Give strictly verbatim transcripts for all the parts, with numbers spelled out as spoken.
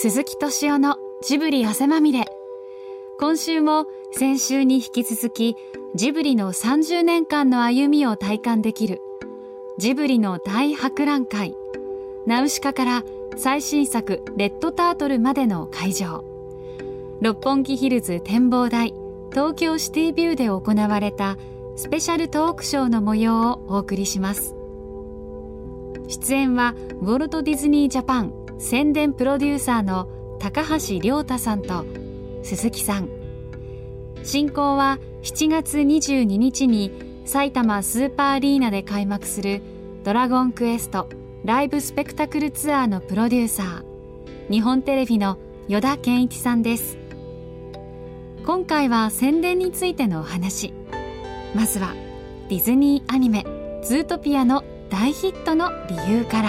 鈴木敏夫のジブリ汗まみれ。今週も先週に引き続きジブリのさんじゅうねんかんの歩みを体感できるジブリの大博覧会、ナウシカから最新作レッドタートルまでの会場、六本木ヒルズ展望台東京シティビューで行われたスペシャルトークショーの模様をお送りします。出演はウォルト・ディズニー・ジャパン宣伝プロデューサーの高橋亮太さんと鈴木さん。進行はしちがつにじゅうににちに埼玉スーパーアリーナで開幕するドラゴンクエストライブスペクタクルツアーのプロデューサー、日本テレビの依田健一さんです。今回は宣伝についてのお話。まずはディズニーアニメズートピアの大ヒットの理由から。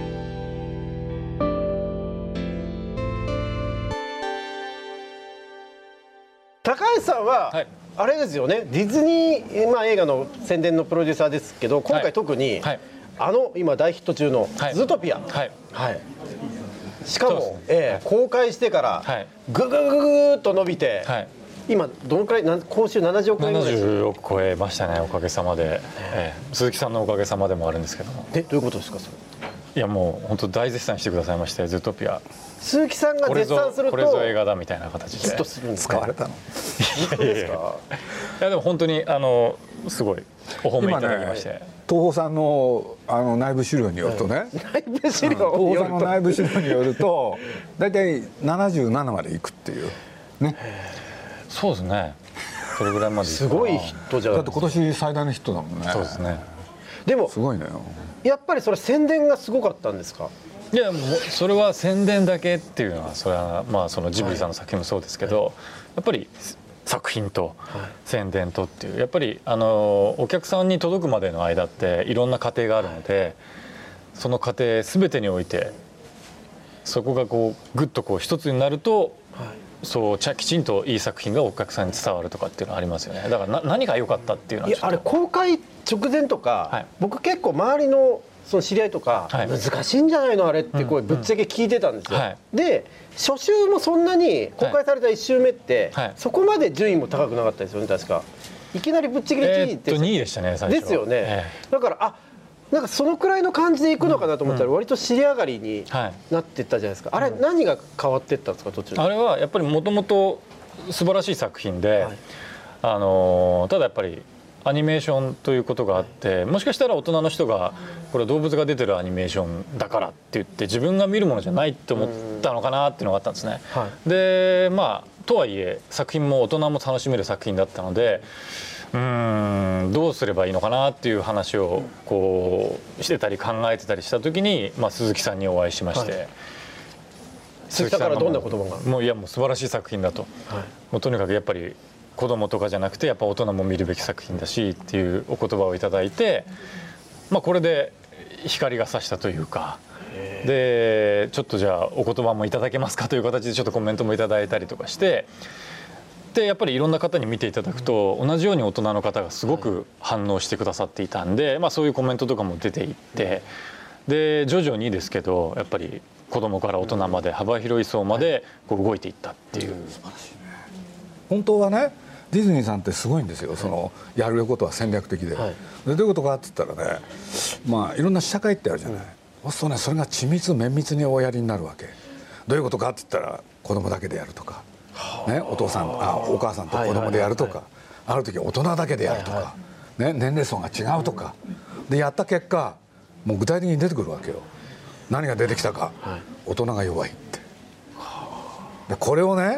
高橋さんは、はい、あれですよね、ディズニー、まあ、映画の宣伝のプロデューサーですけど、今回特に、はいはい、あの今大ヒット中のズートピア、はいはい、しかも、えー、公開してからぐぐぐぐっと伸びて、はい、今どのくらい、今週ななじゅうおくえんぐらいななじゅうおく超えましたね、おかげさまで、えー、鈴木さんのおかげさまでもあるんですけども。 でどういうことですかそれ。 いやもう本当大絶賛してくださいまして、ズートピア。 鈴木さんが絶賛するとこれぞ映画だみたいな形でずっとするんですか。 使われたの。 いやいやいや、いやでも本当にあのすごいお褒めいただきまして、ね、 東宝さんのあの内部資料によるとね、はい、 内部資料東宝さんの内部資料によるとだいたいななじゅうななまでいくっていうね。 そうですね、それぐらいまでいく。 すごいヒットじゃん。 だって今年最大のヒットだもんね。 そうですね。 でもすごいのよ。 やっぱりそれ宣伝がすごかったんですか。 いやもうそれは宣伝だけっていうのはそれはまあそのジブリさんの作品もそうですけど、はい、やっぱり作品と宣伝とっていう、やっぱりあのお客さんに届くまでの間っていろんな過程があるので、その過程全てにおいてそこがこうグッとこう一つになると、はい、そうきちんといい作品がお客さんに伝わるとかっていうのはありますよね。だからな何が良かったっていうのはちょっと。 いやあれ公開直前とか、はい、僕結構周りのその知り合いとか、はい、難しいんじゃないのあれってこうぶっちゃけ聞いてたんですよ、うんうん、で初週もそんなに公開されたいち週目って、はい、そこまで順位も高くなかったですよね確か。いきなりぶっちぎりいちいって、 えー、っとにいでしたね最初ですよね、 えー、 だからあなんかそのくらいの感じでいくのかなと思ったら割と尻上がりになっていったじゃないですか、はい、あれ何が変わっていったんですか途中で。 あれはやっぱりもともと素晴らしい作品で、はい、あのただやっぱりアニメーションということがあって、もしかしたら大人の人がこれ動物が出てるアニメーションだからって言って自分が見るものじゃないって思ったのかなっていうのがあったんですね、はい、でまあとはいえ作品も大人も楽しめる作品だったので、うーんどうすればいいのかなっていう話をこうしてたり考えてたりした時に、まあ、鈴木さんにお会いしまして、はい、 鈴木さんからどんな言葉が。 もういやもう素晴らしい作品だと、はい、もうとにかくやっぱり子供とかじゃなくてやっぱ大人も見るべき作品だしっていうお言葉をいただいて、まあ、これで光が差したというか、でちょっとじゃあお言葉もいただけますかという形でちょっとコメントもいただいたりとかして、でやっぱりいろんな方に見ていただくと同じように大人の方がすごく反応してくださっていたんで、まあ、そういうコメントとかも出ていって、で徐々にですけどやっぱり子供から大人まで幅広い層までこう動いていったっていう。 素晴らしいね。本当はねディズニーさんってすごいんですよ。そのやることは戦略的で、はい、でどういうことかって言ったらね、まあいろんな試写会ってあるじゃない、うん、そうね、それが緻密綿密におやりになるわけ。どういうことかって言ったら子供だけでやるとか、ね、お父さんあお母さんと子供でやるとか、ある時大人だけでやるとか、はいはい、ね、年齢層が違うとかでやった結果もう具体的に出てくるわけよ。何が出てきたか、はい、大人が弱いって。でこれをね、はい、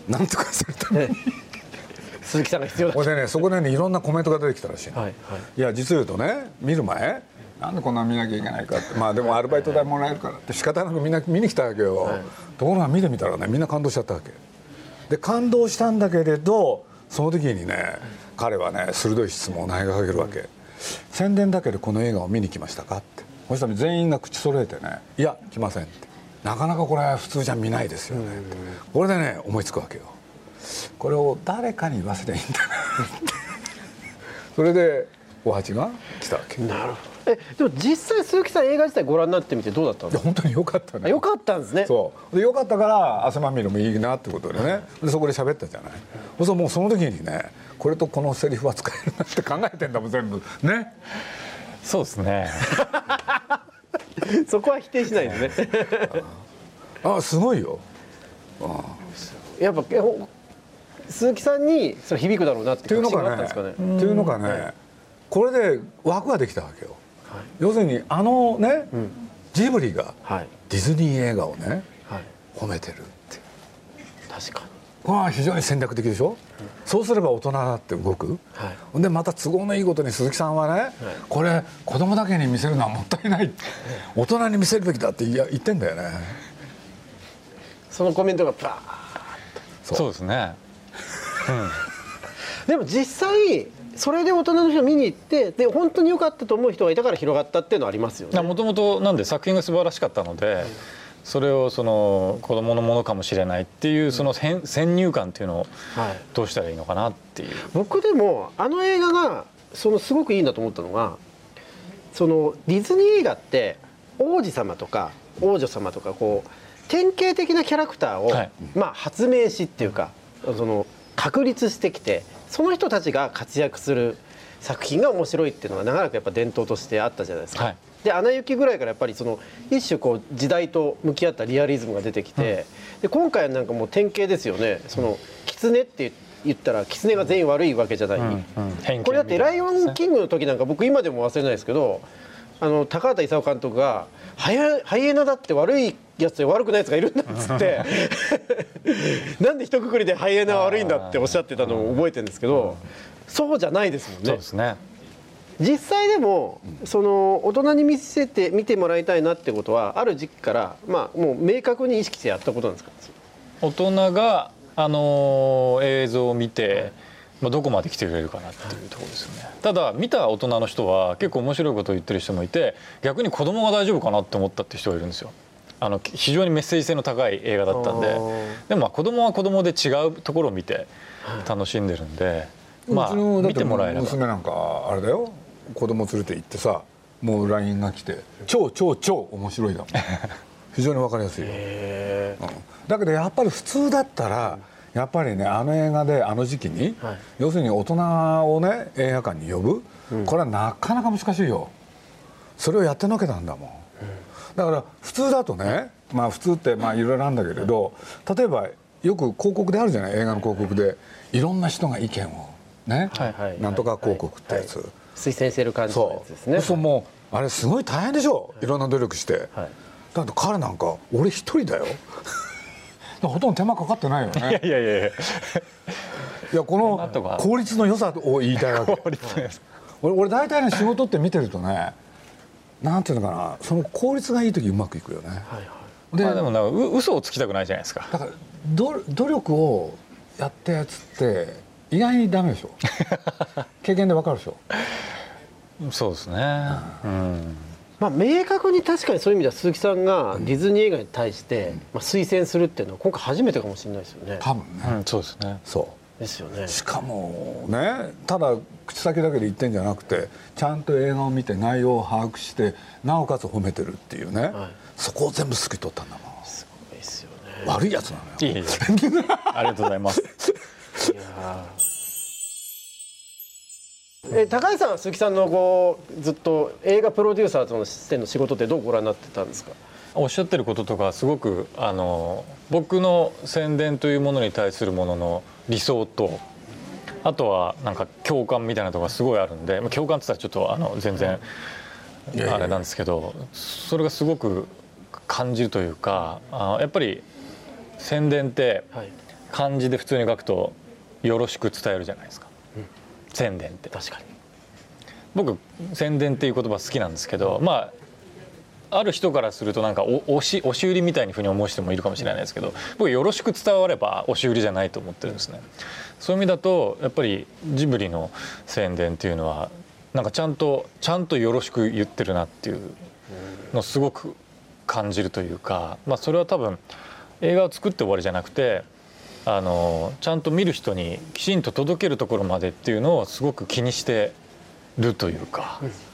なんとかするために鈴木さんが必要だ。 これでね、そこでねいろんなコメントが出てきたらしいの、はいはい、いや実を言うとね、見る前なんでこんな見なきゃいけないかって、まあでもアルバイト代もらえるからって仕方なくみんな見に来たわけよ、はい、ところが見てみたらねみんな感動しちゃったわけで、感動したんだけれどその時にね彼はね鋭い質問を投げかけるわけ、うん、宣伝だけでこの映画を見に来ましたかって。そしたら全員が口揃えてね、いや来ませんって、なかなかこれは普通じゃ見ないですよねって、これでね思いつくわけよ。これを誰かに言わせていいんだなってそれでおはちが来たわけ。 なるほえでも実際鈴木さん映画自体ご覧になってみてどうだったんですか？ 本当に良かったね。 良かったんですね。 そうで良かったから汗まみれもいいなってことでね、でそこで喋ったじゃない。そうもうその時にね、これとこのセリフは使えるなって考えてんだもん全部ね。 そうですねそこは否定しないですねあすごいよ。あやっぱ鈴木さんにそれ響くだろうなって確信があったんですかね。 っていうのがね、はい、これで枠ができたわけよ、はい、要するにあのね、うん、ジブリがディズニー映画をね、はい、褒めてるって。 確かにこれは非常に戦略的でしょ、うん、そうすれば大人だって動く、はい、でまた都合のいいことに鈴木さんはね、はい、これ子供だけに見せるのはもったいない大人に見せるべきだって言ってんだよね。 そのコメントがパーッと。そうですね、うん、 でも実際それで大人の人見に行ってで本当に良かったと思う人がいたから広がったっていうのはありますよね。 もともとなんで作品が素晴らしかったので、うん、それをその子供のものかもしれないっていうその先入観っていうのをどうしたらいいのかなっていう、はい、 僕でもあの映画がそのすごくいいなと思ったのが、そのディズニー映画って王子様とか王女様とかこう典型的なキャラクターを、はい、まあ発明しっていうかその確立してきてその人たちが活躍する作品が面白いっていうのが長らくやっぱ伝統としてあったじゃないですか、はい、でアナ雪ぐらいからやっぱりその一種こう時代と向き合ったリアリズムが出てきて、うん、で今回はなんかもう典型ですよね。その狐って言ったら狐が全員悪いわけじゃない、うんうん、これだって「ライオンキング」の時なんか僕今でも忘れないですけど、あの高畑勲監督がハイハイエナだって悪いやつで悪くないやつがいるんだっつってなんで一括りでハイエナは悪いんだっておっしゃってたのを覚えてるんですけど、そうじゃないですもんね。 そうですね。 実際でもその大人に見せて見てもらいたいなってことはある時期からまあもう明確に意識してやったことなんですか？ 大人があの映像を見て、まあ、どこまで来てくれるかなっていうところですよね。ただ見た大人の人は結構面白いことを言ってる人もいて、逆に子供が大丈夫かなって思ったって人がいるんですよ。あの非常にメッセージ性の高い映画だったんで、でもまあ子供は子供で違うところを見て楽しんでるんで、まあ見てもらえれば。 娘なんかあれだよ、子供連れて行ってさ、もう ライン が来て超超超面白いだもん非常に分かりやすいよ、うん、だけどやっぱり普通だったらやっぱりね、あの映画であの時期に、はい、要するに大人をね映画館に呼ぶ、うん、これはなかなか難しいよ。それをやってのけたんだもん、うん、だから普通だとね、まあ普通ってまあいろいろなんだけれど、例えばよく広告であるじゃない、映画の広告でいろんな人が意見をね、はいはい、なんとか広告ってやつ、はいはい、 推薦してる感じのやつですね。 そう、もうあれすごい大変でしょ、いろんな努力して、はい、だって彼なんか俺一人だよほとんど手間かかってないよね。 いやいやいやいや、この効率の良さを言いたいわけ俺, 俺大体ね仕事って見てるとね、なんていうのかな、その効率がいい時うまくいくよね、はいはい、 で, まあでもなんかう嘘をつきたくないじゃないですか。 だから努力をやったやつって意外にダメでしょ経験でわかるでしょ。 そうですね、うん、うんまあ、明確に確かにそういう意味では鈴木さんがディズニー映画に対してまあ推薦するっていうのは今回初めてかもしれないですよね。 多分ね、 うん、そうですね。 そうですよね。 しかもね、ただ口先だけで言ってんじゃなくて、ちゃんと映画を見て内容を把握してなおかつ褒めてるっていうね、はい、そこを全部すくい取ったんだもん。すごいですよね。 悪いやつなのよ。いいありがとうございますいやえ高橋さんは鈴木さんのこうずっと映画プロデューサーとのしての仕事ってどうご覧になってたんですか？ おっしゃってることとかすごくあの僕の宣伝というものに対するものの理想と、あとはなんか共感みたいなところがすごいあるんで、共感って言ったらちょっとあの全然あれなんですけど、それがすごく感じるというか、あやっぱり宣伝って漢字で普通に書くとよろしく伝えるじゃないですか、うん、宣伝って。 確かに僕宣伝っていう言葉好きなんですけど、まあある人からするとなんか押し押し売りみたいにふうに思う人もいるかもしれないですけど、僕よろしく伝われば押し売りじゃないと思ってるんですね。そういう意味だとやっぱりジブリの宣伝っていうのはなんかちゃんとちゃんとよろしく言ってるなっていうのをすごく感じるというか、まあそれは多分映画を作って終わりじゃなくて、あのちゃんと見る人にきちんと届けるところまでっていうのをすごく気にしてるというか、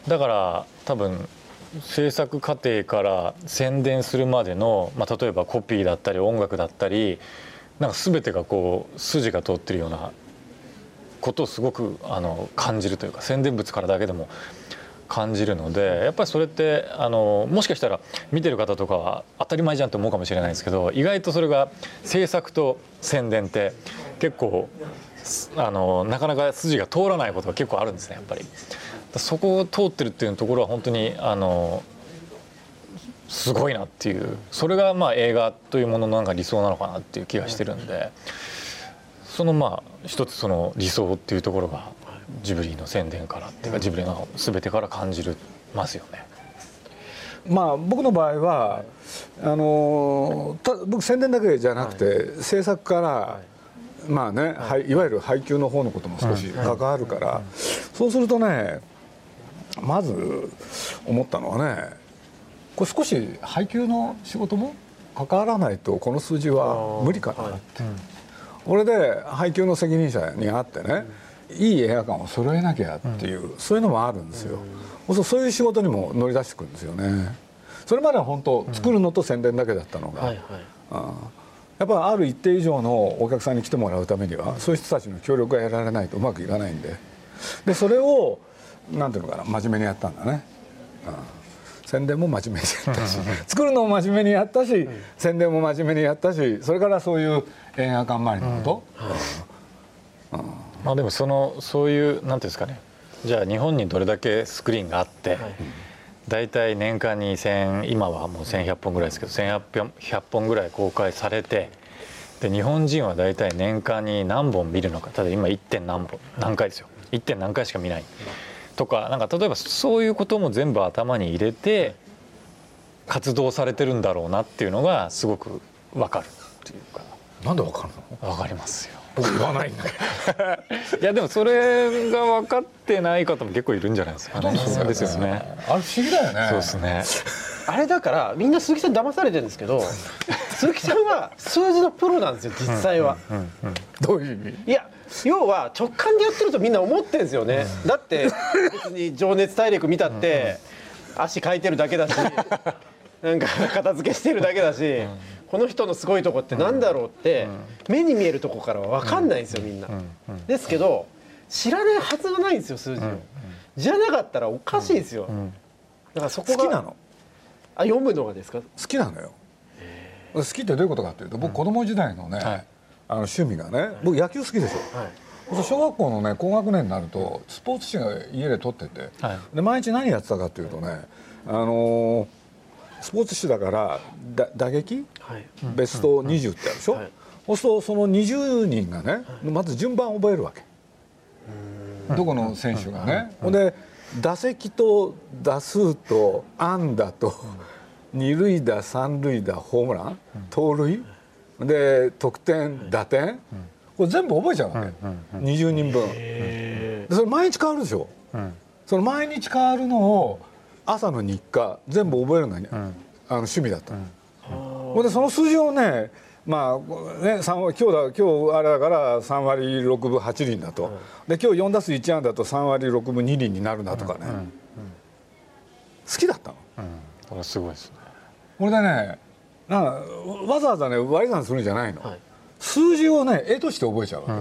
だから多分制作過程から宣伝するまでの、まあ、例えばコピーだったり音楽だったりなんか全てがこう筋が通ってるようなことをすごくあの感じるというか宣伝物からだけでも感じるのでやっぱりそれってあのもしかしたら見てる方とかは当たり前じゃんと思うかもしれないですけど意外とそれが制作と宣伝って結構あのなかなか筋が通らないことが結構あるんですねやっぱり。そこを通ってるっていうところは本当にあのすごいなっていうそれがまあ映画というもののなんか理想なのかなっていう気がしてるんでそのまあ一つその理想っていうところがジブリの宣伝からっていうかジブリの全てから感じるますよね。 まあ僕の場合はあのた僕宣伝だけじゃなくて制作からまあねいわゆる配給の方のことも少し関わるからそうするとねまず思ったのはねこれ少し配給の仕事も関わらないとこの数字は無理かなって、はいうん、これで配給の責任者に会ってね、うん、いい映画館を揃えなきゃっていう、うん、そういうのもあるんですよ、うん、そういう仕事にも乗り出してくるんですよね。それまでは本当作るのと宣伝だけだったのが、うんはいはいうん、やっぱりある一定以上のお客さんに来てもらうためにはそういう人たちの協力が得られないとうまくいかないんで、でそれをなんていうのかな真面目にやったんだね、うん、宣伝も真面目にやったし作るのも真面目にやったし、うん、宣伝も真面目にやったしそれからそういう映画館周りのこと、 うんうんうん、まあでもそのそういうなんていうんですかねじゃあ日本にどれだけスクリーンがあって、はい、だいたい年間にせん今はもうせんひゃっぽんぐらいですけどせんひゃっぽんぐらい公開されてで日本人はだいたい年間に何本見るのかただ今 いってん 何本何回ですよ いってん 何回しか見ないとかなんか例えばそういうことも全部頭に入れて活動されてるんだろうなっていうのがすごく分かるっていうか。 なんで分かるの？分かりますよ。 僕言わないんだいやでもそれが分かってない方も結構いるんじゃないですかね。そうですよね。 あれ不思議だよね。 そうですね。 あれだからみんな鈴木さん騙されてるんですけど鈴木さんは数字のプロなんですよ実際は。 うんうんうんうん、 どういう意味？ いや要は直感でやってるとみんな思ってるんですよね、うん、だって別に情熱大陸見たって足かいてるだけだしなんか片付けしてるだけだし、うん、この人のすごいとこってなんだろうって目に見えるとこからは分かんないんですよみんな。ですけど知らないはずがないんですよ数字を。じゃなかったらおかしいですよ。だからそこが好きなの？ あ読むのがですか？ 好きなのよ。好きってどういうことかっていうと僕子供時代のね、はいあの趣味がね僕野球好きですよ、はい、小学校のね高学年になるとスポーツ紙が家で撮ってて、はい、で毎日何やってたかっていうとね、あのー、スポーツ紙だからだ打撃、はい、ベストにじゅうってあるでしょ、はい、そうするとそのにじゅうにんがねまず順番を覚えるわけ、どこの選手がね、ほんで打席と打数と安打と二塁打三塁打ホームラン盗塁で得点打点、うん、これ全部覚えちゃうわけ、うんうん、にじゅうにんぶんでそれ毎日変わるでしょ、うん、その毎日変わるのを朝の日課全部覚えるのが、うん、あの趣味だった、うんうん、でその数字をねまあねさん今日だ今日あれだからさんわりろくぶはちりんだと、うん、で今日よんだすいちあんだとさんわりろくぶにりんになるなとかね、うんうんうん、好きだったの、 うん、これすごいですね。 これでねなんかわざわざね割り算するんじゃないの、はい、数字をね絵として覚えちゃうわけ、うん、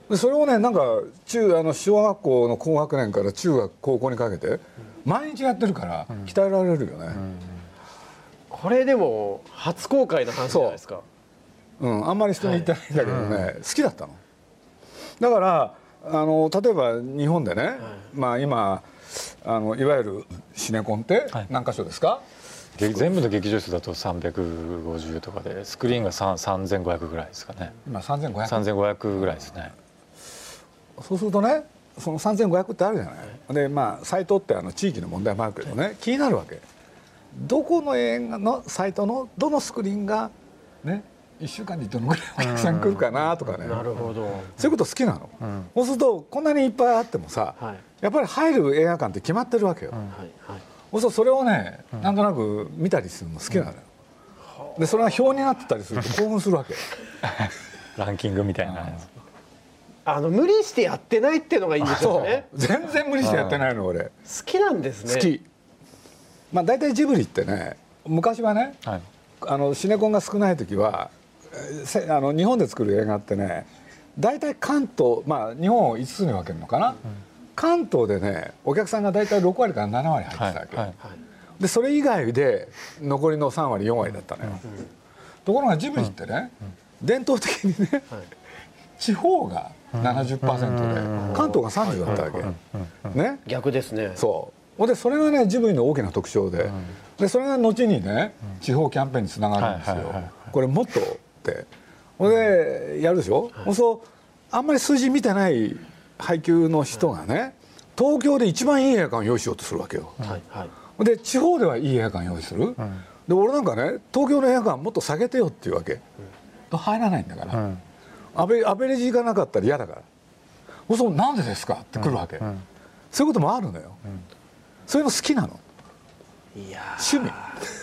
でそれをねなんか中あの小学校の高学年から中学高校にかけて毎日やってるから鍛えられるよね、うんうん、 これでも初公開の話じゃないですか。 う、うん、あんまり人に言ってないんだけどね、はい、好きだったの。だからあの例えば日本でね、はい、まあ今あのいわゆるシネコンって何箇所ですか、はい、 全部の劇場数だとさんびゃくごじゅうとかでスクリーンがさんぜんごひゃくぐらいですかね。 今さんぜんごひゃくさんぜんごひゃくぐらいですね。 そうするとねそのさんぜんごひゃくってあるじゃない、でまあサイトってあの地域の問題もあるけどね気になるわけ。どこの映画のサイトのどのスクリーンがねいっしゅうかんにどのぐらいお客さん来るかなとかね、 なるほどそういうこと好きなの、うん、そうするとこんなにいっぱいあってもさ、はい、やっぱり入る映画館って決まってるわけよ、うんはいはい、そうするとそれをねなんとなく見たりするの好きなのよ、うん、でそれが表になってたりすると興奮するわけランキングみたいなやつ、 あの無理してやってないっていうのがいいんですよね。 全然無理してやってないの俺。 好きなんですね。 好き。まあ大体ジブリってね、昔はね、はい、あのシネコンが少ない時はあの日本で作る映画ってね、大体関東、まあ日本をいつつに分けるのかな、うん、関東でねお客さんが大体ろくわりからななわり入ってたわけ、はいはい、でそれ以外で残りのさんわりよんわりだったのよ、うん、ところがジブリってね、うん、伝統的にね、はい、地方が ななじゅっパーセント で関東がさんじゅうだったわけ、ね、 逆ですね。 そうでそれがねジブリの大きな特徴で、でそれが後にね地方キャンペーンにつながるんですよ。これもっとってほんでやるでしょ、はい、そうあんまり数字見てない配給の人がね、東京で一番いい映画館を用意しようとするわけよ、はいはい、で地方ではいい映画館用意する、うん、で俺なんかね東京の映画館もっと下げてよっていうわけ、うん、入らないんだから、うん、アベアベレージいかなかったら嫌だからそうなんでですかって来るわけ、うんうん、そういうこともあるのよ、うん、そういうの好きなの。いや趣味。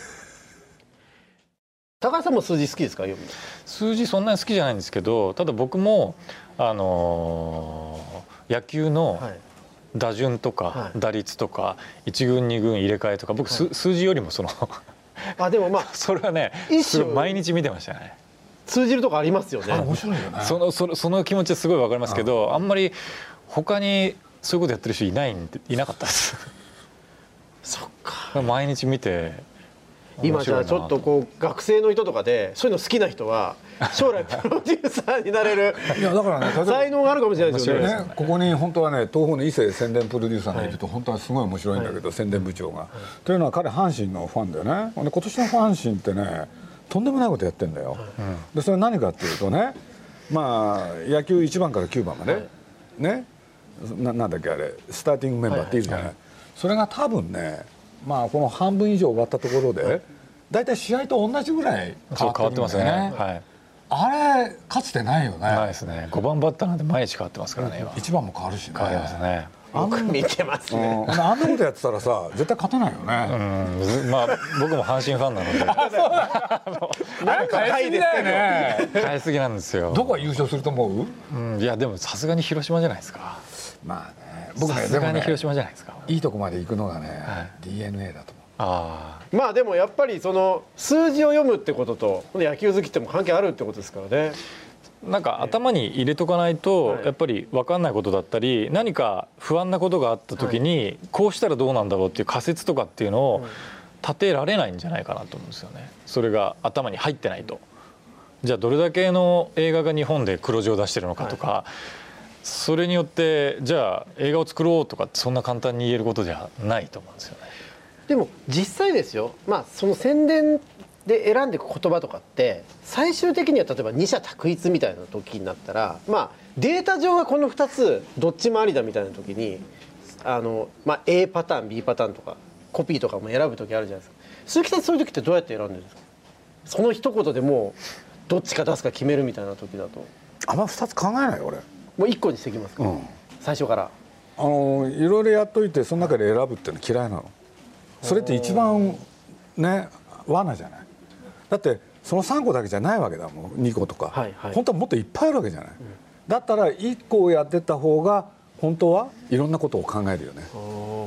高橋さんも数字好きですか？ 数字そんなに好きじゃないんですけど、ただ僕も、あのー、野球の打順とか、はい、打率とかいち軍に軍入れ替えとか僕、はい、数字よりもそのあでもまあそれはね毎日見てましたね。 通じるとこありますよね。 面白いよね。 そのそのその気持ちはすごいわかりますけど、あんまり他にそういうことやってる人いないんでいなかったです。 そっか。 毎日見て。 今じゃあちょっとこう学生の人とかでそういうの好きな人は将来プロデューサーになれるいやだからね才能があるかもしれないですよ ね, ねここに本当はね東宝の伊勢宣伝プロデューサーがいると本当はすごい面白いんだけど、はい、宣伝部長が、はい、というのは彼阪神のファンだよね。で今年の阪神ってねとんでもないことやってんだよ、はい、でそれ何かっていうとね、まあ野球いちばんからきゅうばんまで、はい、ね な, なんだっけあれスターティングメンバーっているじゃない、はいはい、それが多分ねまあこの半分以上終わったところでだいたい試合と同じぐらい変わってますね。はい、あれかつてないよね。 ないですね。ごばんバッターなんて毎日変わってますからね。 いちばんも変わるしね。 変わりますね。 よく見てますね。 あんなことやってたらさ絶対勝てないよね。 うん、まあ僕も阪神ファンなので。 なんか変えすぎだよね。 変えすぎなんですよ。 どこが優勝すると思う？ うん、いやでもさすがに広島じゃないですか。 まあね。 僕ねさすがに広島じゃないですか。 いいとこまで行くのがね、はい、ディーエヌエー だと思う。 あまあでもやっぱりその数字を読むってことと野球好きっても関係あるってことですからね。 なんか頭に入れとかないとやっぱり分かんないことだったり何か不安なことがあった時にこうしたらどうなんだろうっていう仮説とかっていうのを立てられないんじゃないかなと思うんですよね。それが頭に入ってないと。じゃあどれだけの映画が日本で黒字を出してるのかとか、それによってじゃあ映画を作ろうとかそんな簡単に言えることじゃないと思うんですよね。 でも実際ですよ、まあ、その宣伝で選んでいく言葉とかって最終的には例えば二者択一みたいな時になったら、まあ、データ上がこのふたつどっちもありだみたいな時にあの、まあ、A パターン B パターンとかコピーとかも選ぶ時あるじゃないですか。鈴木さんそういう時ってどうやって選んでるんですか？その一言でもうどっちか出すか決めるみたいな時だと。 あんまふたつ考えないよ俺。 もういっこにしてきますか、うん、最初から。 あのいろいろやっといてその中で選ぶっていうの嫌いなの。それって一番ね罠じゃない。だってそのさんこだけじゃないわけだもん。にことか、はいはい、本当はもっといっぱいあるわけじゃない、うん、だったらいっこをやってった方が本当はいろんなことを考えるよね、うん、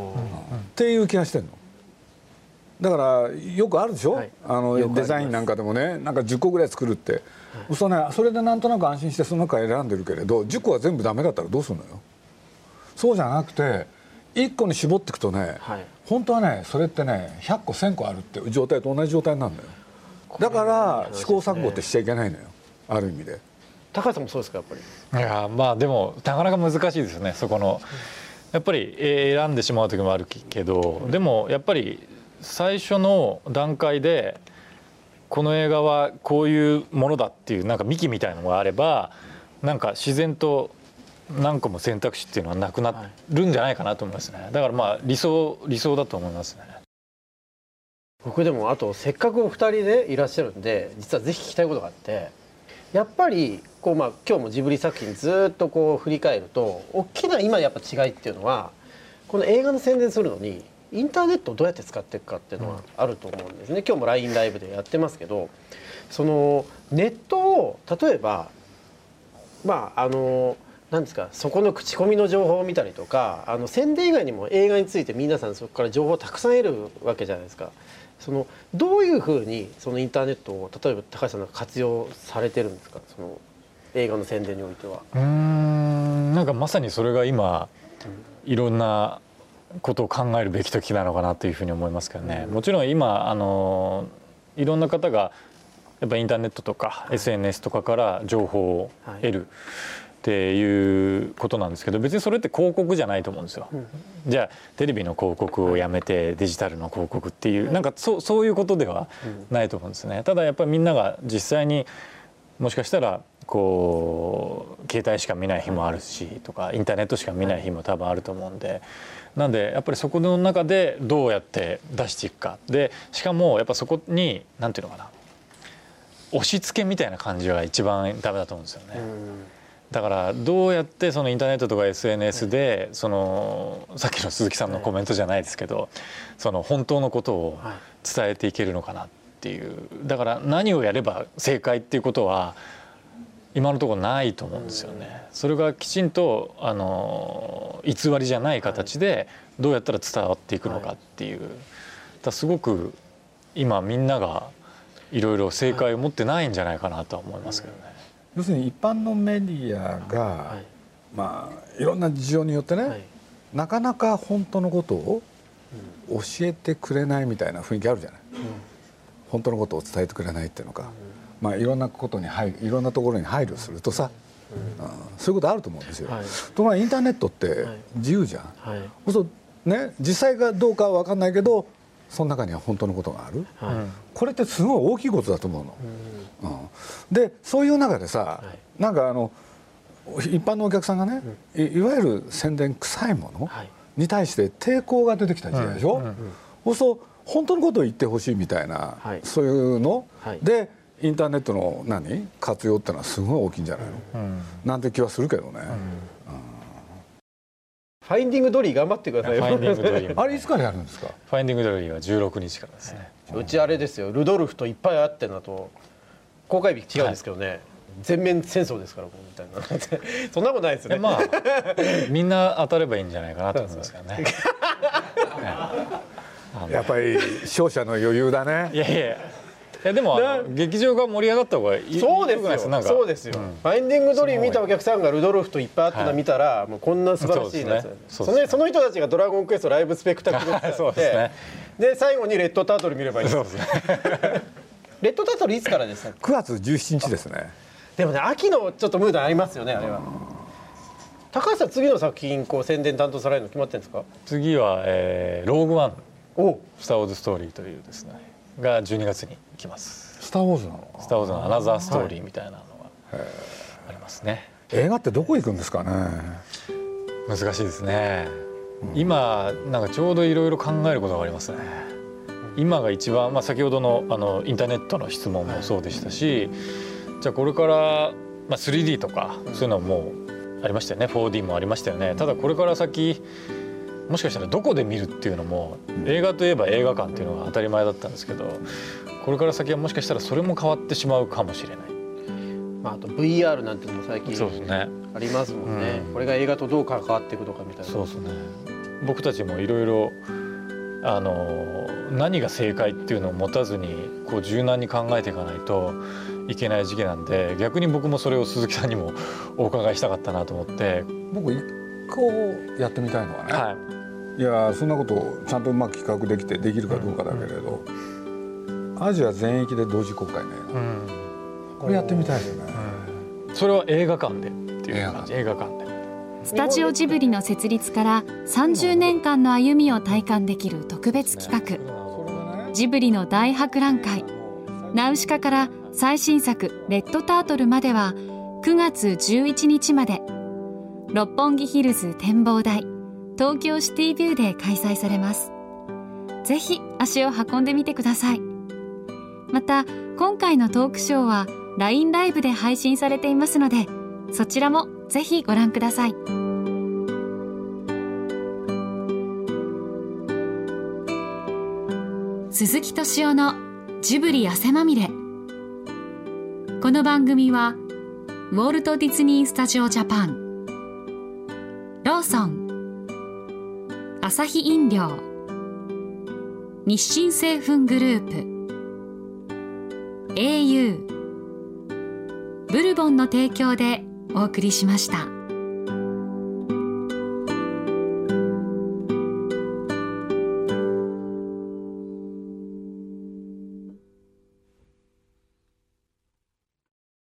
っていう気がしてるの。だからよくあるでしょ、はい、あのデザインなんかでもねなんかじゅっこぐらい作るって、はい、嘘ね、それでなんとなく安心してその中選んでるけれどじゅっこは全部ダメだったらどうするのよ。そうじゃなくていっこに絞っていくとね、はい、本当はねそれってねひゃっこせんこあるって状態と同じ状態になるのよ。だから試行錯誤ってしちゃいけないのよ、ある意味で。 高橋さんもそうですかやっぱり。 いやまあでもなかなか難しいですよねそこの。やっぱり選んでしまう時もあるけど、でもやっぱり最初の段階でこの映画はこういうものだっていうなんか幹みたいなのがあればなんか自然と何個も選択肢っていうのはなくなるんじゃないかなと思いますね。だからまあ理想理想だと思いますね。 僕でもあとせっかくお二人でいらっしゃるんで実はぜひ聞きたいことがあって、やっぱりこう、まあ、今日もジブリ作品ずっとこう振り返ると大きな今やっぱ違いっていうのはこの映画の宣伝するのにインターネットをどうやって使っていくかっていうのはあると思うんですね。今日も ライン ライブでやってますけど、そのネットを例えばまああのなんですか、そこの口コミの情報を見たりとか、あの宣伝以外にも映画について皆さんそこから情報をたくさん得るわけじゃないですか。そのどういうふうにそのインターネットを例えば高橋さんが活用されてるんですか、その映画の宣伝においては。 うーん、なんかまさにそれが今、うん、いろんなことを考えるべき時なのかなというふうに思いますけどね、うん、もちろん今あのいろんな方がやっぱインターネットとか エスエヌエス とかから情報を得る、はいっていうことなんですけど、別にそれって広告じゃないと思うんですよ、うん、じゃあテレビの広告をやめてデジタルの広告っていう、なんか そ, そういうことではないと思うんですね。ただやっぱりみんなが実際にもしかしたらこう携帯しか見ない日もあるしとか、インターネットしか見ない日も多分あると思うんで、なんでやっぱりそこの中でどうやって出していくかで、しかもやっぱそこに何ていうのかな、押し付けみたいな感じが一番ダメだと思うんですよね。だからどうやってそのインターネットとか エスエヌエス でそのさっきの鈴木さんのコメントじゃないですけど、その本当のことを伝えていけるのかなっていう。だから何をやれば正解っていうことは今のところないと思うんですよね。それがきちんとあの偽りじゃない形でどうやったら伝わっていくのかっていう。だすごく今みんながいろいろ正解を持ってないんじゃないかなとは思いますけどね。 要するに一般のメディアが、はい、まあいろんな事情によってね、はい、なかなか本当のことを教えてくれないみたいな雰囲気あるじゃない、うん、本当のことを伝えてくれないっていうのか、うん、まあいろんなことに配いろんなところに配慮するとさ、うんうん、そういうことあると思うんですよ、はい、ところがインターネットって自由じゃん、はいはい、そうね、実際がどうかは分かんないけどその中には本当のことがある、はい、これってすごい大きいことだと思うの、うんうん、でそういう中でさ、はい、なんかあの一般のお客さんがね、うん、い, いわゆる宣伝臭いものに対して抵抗が出てきた時代でしょ、うんうんうん、そうすると本当のことを言ってほしいみたいな、はい、そういうの、はい、でインターネットの何活用ってのはすごい大きいんじゃないの、うん、なんて気はするけどね、うんうん、 ファインディングドリー頑張ってくださいよ。 あれいつからやるんですか。 ファインディングドリーはじゅうろくにちからですね。 うちあれですよ、ルドルフといっぱい会ってのと公開日違うんですけどね、はい、全面戦争ですからみたいなそんなことないですよね。 まあみんな当たればいいんじゃないかなと思いますけどねやっぱり勝者の余裕だね。 いやいやいやでもあの劇場が盛り上がった方がいい。 そうですよ、なんかそうですよ、うん、ファインディングドリー見たお客さんがルドルフといっぱいあったの見たら、はい、もうこんな素晴らしいな、ね、そ, ね、その人たちがドラゴンクエストライブスペクタクルってそうです、ね、で最後にレッドタートル見ればいいんです。そうですねレッドタートルいつからですか。 くがつじゅうしちにちですね。 でもね、秋のちょっとムードありますよね、あれは。高橋さん次の作品こう宣伝担当されるの決まってるんですか。 次は、えー、ローグワンおスター・ウォーズ・ストーリーというですねがじゅうにがつに来ます。 スター・ウォーズなの。 スター・ウォーズのアナザーストーリーみたいなのがありますね。 映画ってどこ行くんですかね。 難しいですね、うん、今なんかちょうどいろいろ考えることがありますね。今が一番、まあ、先ほど の, あのインターネットの質問もそうでしたし、じゃあこれから、まあ、スリーディー とかそういうのもありましたよね。 フォーディー もありましたよね。ただこれから先もしかしたらどこで見るっていうのも、映画といえば映画館っていうのが当たり前だったんですけど、これから先はもしかしたらそれも変わってしまうかもしれない。 まあ、あと ブイアール なんてのも最近ありますもんね、うん、これが映画とどう関わっていくのかみたいな。 そうですね。僕たちもいろいろあの何が正解っていうのを持たずにこう柔軟に考えていかないといけない時期なんで、逆に僕もそれを鈴木さんにもお伺いしたかったなと思って。 僕一個やってみたいのはね、はい、いやそんなことをちゃんとうまく企画できてできるかどうかだけれど、うんうん、アジア全域で同時公開の映画、うん、これやってみたいですよね、 うん、それは映画館でっていう感じ。映画館でスタジオジブリの設立からさんじゅうねんかんの歩みを体感できる特別企画、ジブリの大博覧会。ナウシカから最新作レッドタートルまではくがつじゅういちにちまで六本木ヒルズ展望台東京シティビューで開催されます。ぜひ足を運んでみてください。また今回のトークショーは ライン ライブで配信されていますので、そちらもぜひご覧ください。鈴木敏夫のジブリ汗まみれ。この番組はウォルト・ディズニー・スタジオ・ジャパン、 ローソン、アサヒ飲料、日清製粉グループ、エーユー、ブルボンの提供でお送りしました。